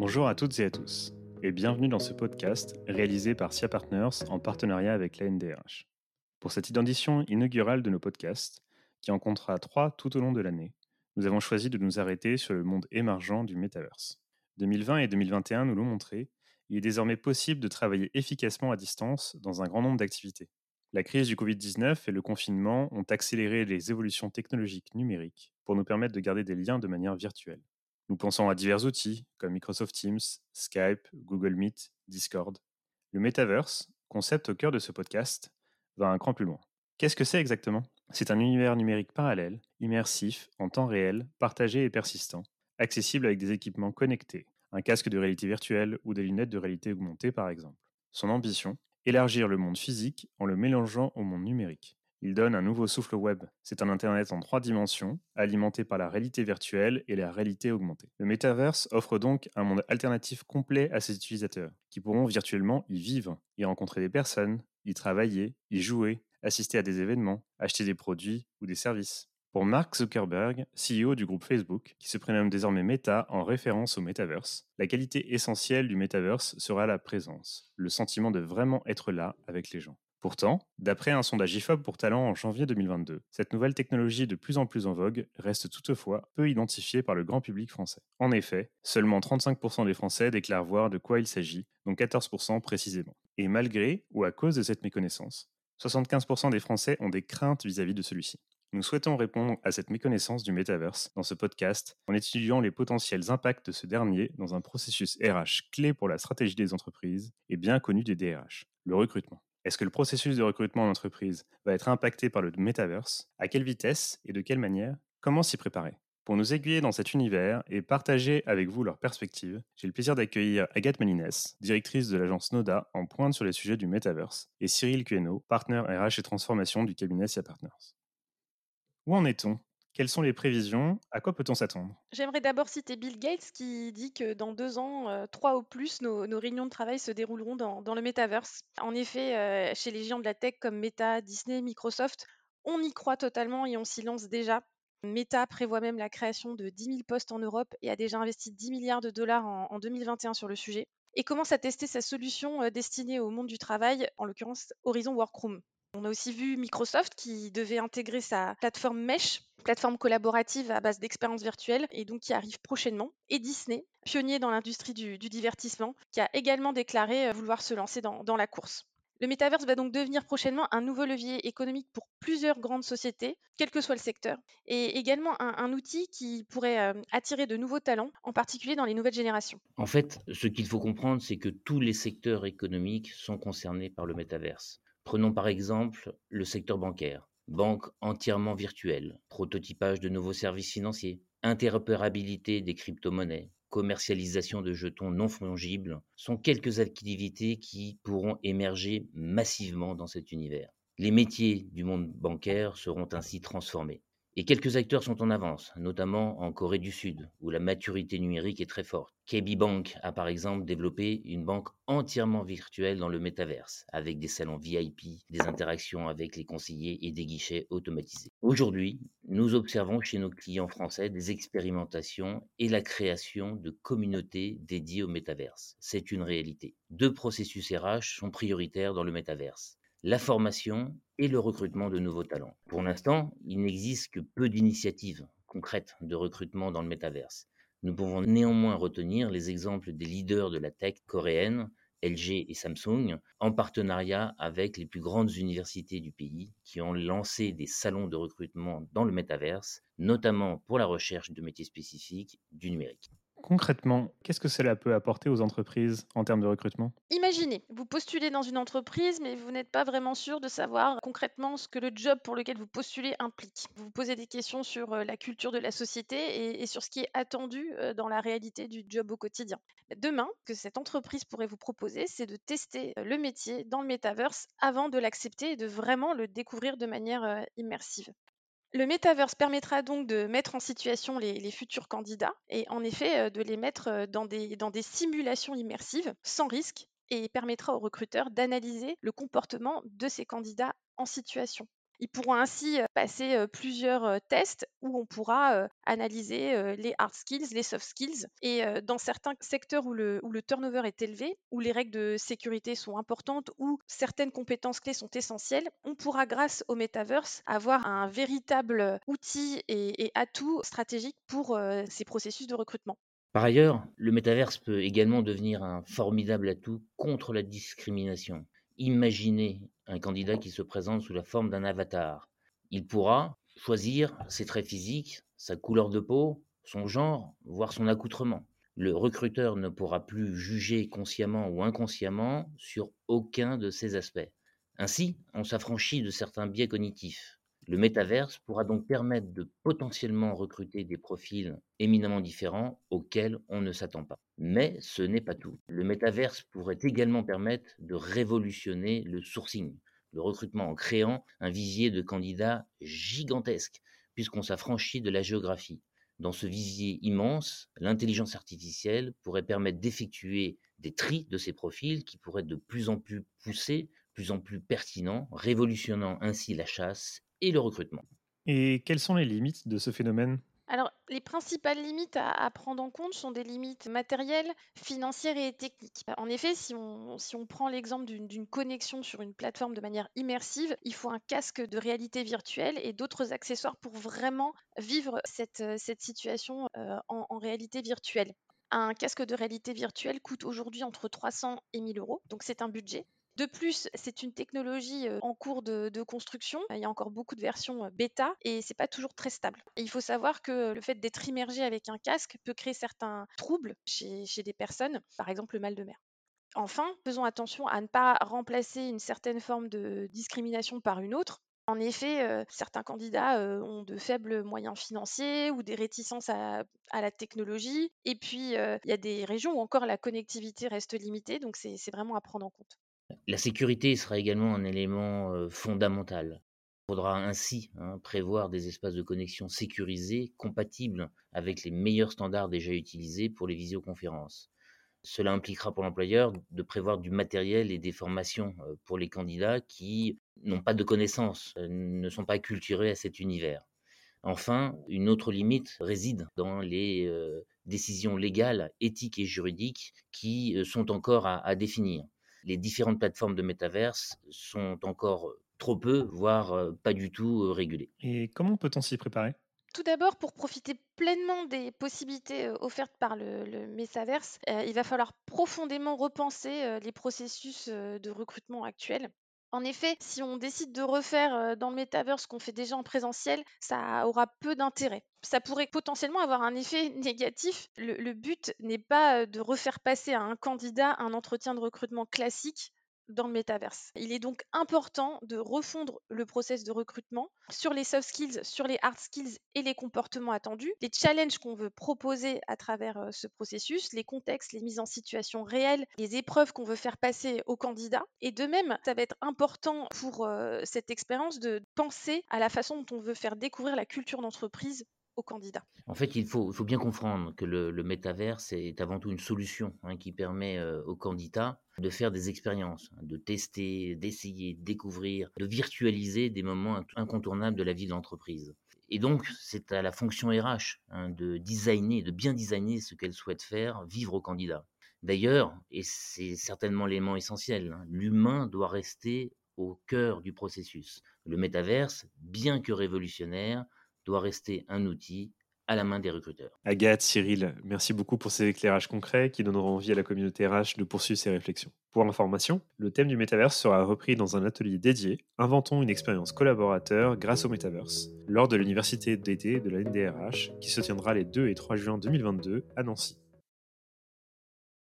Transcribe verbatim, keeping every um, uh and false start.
Bonjour à toutes et à tous, et bienvenue dans ce podcast réalisé par S I A Partners en partenariat avec l'A N D R H. Pour cette édition inaugurale de nos podcasts, qui en comptera trois tout au long de l'année, nous avons choisi de nous arrêter sur le monde émergent du Metaverse. deux mille vingt et deux mille vingt et un nous l'ont montré, il est désormais possible de travailler efficacement à distance dans un grand nombre d'activités. La crise du covid dix-neuf et le confinement ont accéléré les évolutions technologiques numériques pour nous permettre de garder des liens de manière virtuelle. Nous pensons à divers outils comme Microsoft Teams, Skype, Google Meet, Discord. Le Metaverse, concept au cœur de ce podcast, va un cran plus loin. Qu'est-ce que c'est exactement ? C'est un univers numérique parallèle, immersif, en temps réel, partagé et persistant, accessible avec des équipements connectés, un casque de réalité virtuelle ou des lunettes de réalité augmentée par exemple. Son ambition ? Élargir le monde physique en le mélangeant au monde numérique. Il donne un nouveau souffle au web. C'est un Internet en trois dimensions, alimenté par la réalité virtuelle et la réalité augmentée. Le Metaverse offre donc un monde alternatif complet à ses utilisateurs, qui pourront virtuellement y vivre, y rencontrer des personnes, y travailler, y jouer, assister à des événements, acheter des produits ou des services. Pour Mark Zuckerberg, C E O du groupe Facebook, qui se prénomme désormais Meta en référence au Metaverse, la qualité essentielle du Metaverse sera la présence, le sentiment de vraiment être là avec les gens. Pourtant, d'après un sondage I F O P pour Talent en janvier deux mille vingt-deux, cette nouvelle technologie de plus en plus en vogue reste toutefois peu identifiée par le grand public français. En effet, seulement trente-cinq pour cent des Français déclarent voir de quoi il s'agit, dont quatorze pour cent précisément. Et malgré ou à cause de cette méconnaissance, soixante-quinze pour cent des Français ont des craintes vis-à-vis de celui-ci. Nous souhaitons répondre à cette méconnaissance du Metaverse dans ce podcast en étudiant les potentiels impacts de ce dernier dans un processus R H clé pour la stratégie des entreprises et bien connu des D R H, le recrutement. Est-ce que le processus de recrutement en entreprise va être impacté par le Metaverse ? À quelle vitesse et de quelle manière ? Comment s'y préparer ? Pour nous aiguiller dans cet univers et partager avec vous leurs perspectives, j'ai le plaisir d'accueillir Agathe Mélinès, directrice de l'agence Noda en pointe sur les sujets du Metaverse, et Cyril Queno, partenaire R H et transformation du cabinet S I A Partners. Où en est-on ? Quelles sont les prévisions ? À quoi peut-on s'attendre ? J'aimerais d'abord citer Bill Gates qui dit que dans deux ans, euh, trois au plus, nos, nos réunions de travail se dérouleront dans, dans le Metaverse. En effet, euh, chez les géants de la tech comme Meta, Disney, Microsoft, on y croit totalement et on s'y lance déjà. Meta prévoit même la création de dix mille postes en Europe et a déjà investi dix milliards de dollars en, en deux mille vingt et un sur le sujet et commence à tester sa solution euh, destinée au monde du travail, en l'occurrence Horizon Workroom. On a aussi vu Microsoft qui devait intégrer sa plateforme Mesh, plateforme collaborative à base d'expériences virtuelles, et donc qui arrive prochainement. Et Disney, pionnier dans l'industrie du, du divertissement, qui a également déclaré euh, vouloir se lancer dans, dans la course. Le Metaverse va donc devenir prochainement un nouveau levier économique pour plusieurs grandes sociétés, quel que soit le secteur, et également un, un outil qui pourrait euh, attirer de nouveaux talents, en particulier dans les nouvelles générations. En fait, ce qu'il faut comprendre, c'est que tous les secteurs économiques sont concernés par le métaverse. Prenons par exemple le secteur bancaire. Banque entièrement virtuelle, prototypage de nouveaux services financiers, interopérabilité des crypto-monnaies, commercialisation de jetons non fongibles sont quelques activités qui pourront émerger massivement dans cet univers. Les métiers du monde bancaire seront ainsi transformés. Et quelques acteurs sont en avance, notamment en Corée du Sud, où la maturité numérique est très forte. K B Bank a par exemple développé une banque entièrement virtuelle dans le métaverse, avec des salons V I P, des interactions avec les conseillers et des guichets automatisés. Aujourd'hui, nous observons chez nos clients français des expérimentations et la création de communautés dédiées au métaverse. C'est une réalité. Deux processus R H sont prioritaires dans le métaverse: la formation et le recrutement de nouveaux talents. Pour l'instant, il n'existe que peu d'initiatives concrètes de recrutement dans le métaverse. Nous pouvons néanmoins retenir les exemples des leaders de la tech coréenne, L G et Samsung, en partenariat avec les plus grandes universités du pays, qui ont lancé des salons de recrutement dans le métaverse, notamment pour la recherche de métiers spécifiques du numérique. Concrètement, qu'est-ce que cela peut apporter aux entreprises en termes de recrutement ? Imaginez, vous postulez dans une entreprise, mais vous n'êtes pas vraiment sûr de savoir concrètement ce que le job pour lequel vous postulez implique. Vous vous posez des questions sur euh, la culture de la société et, et sur ce qui est attendu euh, dans la réalité du job au quotidien. Demain, ce que cette entreprise pourrait vous proposer, c'est de tester euh, le métier dans le metaverse avant de l'accepter et de vraiment le découvrir de manière euh, immersive. Le metaverse permettra donc de mettre en situation les, les futurs candidats et en effet euh, de les mettre euh, dans des, dans des simulations immersives sans risque et permettra aux recruteurs d'analyser le comportement de ces candidats en situation. Ils pourront ainsi euh, passer euh, plusieurs euh, tests où on pourra euh, analyser euh, les hard skills, les soft skills. Et euh, dans certains secteurs où le, où le turnover est élevé, où les règles de sécurité sont importantes, où certaines compétences clés sont essentielles, on pourra, grâce au Metaverse, avoir un véritable outil et, et atout stratégique pour euh, ces processus de recrutement. Par ailleurs, le métaverse peut également devenir un formidable atout contre la discrimination. Imaginez un candidat qui se présente sous la forme d'un avatar. Il pourra choisir ses traits physiques, sa couleur de peau, son genre, voire son accoutrement. Le recruteur ne pourra plus juger consciemment ou inconsciemment sur aucun de ces aspects. Ainsi, on s'affranchit de certains biais cognitifs. Le métaverse pourra donc permettre de potentiellement recruter des profils éminemment différents auxquels on ne s'attend pas. Mais ce n'est pas tout. Le métaverse pourrait également permettre de révolutionner le sourcing, le recrutement, en créant un visier de candidats gigantesque, puisqu'on s'affranchit de la géographie. Dans ce visier immense, l'intelligence artificielle pourrait permettre d'effectuer des tris de ces profils qui pourraient être de plus en plus poussés, plus en plus pertinents, révolutionnant ainsi la chasse et le recrutement. Et quelles sont les limites de ce phénomène? Alors, les principales limites à, à prendre en compte sont des limites matérielles, financières et techniques. En effet, si on, si on prend l'exemple d'une d'une connexion sur une plateforme de manière immersive, il faut un casque de réalité virtuelle et d'autres accessoires pour vraiment vivre cette, euh, cette situation euh, en, en réalité virtuelle. Un casque de réalité virtuelle coûte aujourd'hui entre trois cents et mille euros, donc c'est un budget. De plus, c'est une technologie euh, en cours de, de construction. Il y a encore beaucoup de versions euh, bêta et c'est pas toujours très stable. Et il faut savoir que le fait d'être immergé avec un casque peut créer certains troubles chez, chez des personnes, par exemple le mal de mer. Enfin, faisons attention à ne pas remplacer une certaine forme de discrimination par une autre. En effet, euh, certains candidats euh, ont de faibles moyens financiers ou des réticences à, à la technologie. Et puis, euh, il y a des régions où encore la connectivité reste limitée, donc c'est c'est vraiment à prendre en compte. La sécurité sera également un élément euh, fondamental. Il faudra ainsi hein, prévoir des espaces de connexion sécurisés, compatibles avec les meilleurs standards déjà utilisés pour les visioconférences. Cela impliquera pour l'employeur de prévoir du matériel et des formations euh, pour les candidats qui n'ont pas de connaissances, euh, ne sont pas acculturés à cet univers. Enfin, une autre limite réside dans les euh, décisions légales, éthiques et juridiques qui euh, sont encore à, à définir. Les différentes plateformes de métaverse sont encore trop peu, voire euh, pas du tout euh, régulées. Et comment peut-on s'y préparer? Tout d'abord, pour profiter pleinement des possibilités euh, offertes par le, le Metaverse, euh, il va falloir profondément repenser euh, les processus euh, de recrutement actuels. En effet, si on décide de refaire euh, dans le Metaverse ce qu'on fait déjà en présentiel, ça aura peu d'intérêt. Ça pourrait potentiellement avoir un effet négatif. Le, le but n'est pas euh, de refaire passer à un candidat un entretien de recrutement classique dans le métaverse. Il est donc important de refondre le process de recrutement sur les soft skills, sur les hard skills et les comportements attendus, les challenges qu'on veut proposer à travers euh, ce processus, les contextes, les mises en situation réelles, les épreuves qu'on veut faire passer aux candidats. Et de même, ça va être important pour euh, cette expérience de penser à la façon dont on veut faire découvrir la culture d'entreprise aux candidats. En fait, il faut, il faut bien comprendre que le, le métaverse est avant tout une solution hein, qui permet euh, aux candidats de faire des expériences, hein, de tester, d'essayer, de découvrir, de virtualiser des moments int- incontournables de la vie de l'entreprise. Et donc, c'est à la fonction R H hein, de designer, de bien designer ce qu'elle souhaite faire vivre aux candidats. D'ailleurs, et c'est certainement l'élément essentiel, hein, l'humain doit rester au cœur du processus. Le métaverse, bien que révolutionnaire, doit rester un outil à la main des recruteurs. Agathe, Cyril, merci beaucoup pour ces éclairages concrets qui donneront envie à la communauté R H de poursuivre ses réflexions. Pour information, le thème du métaverse sera repris dans un atelier dédié Inventons une expérience collaborateur grâce au métaverse lors de l'université d'été de la N D R H qui se tiendra les deux et trois juin deux mille vingt-deux à Nancy.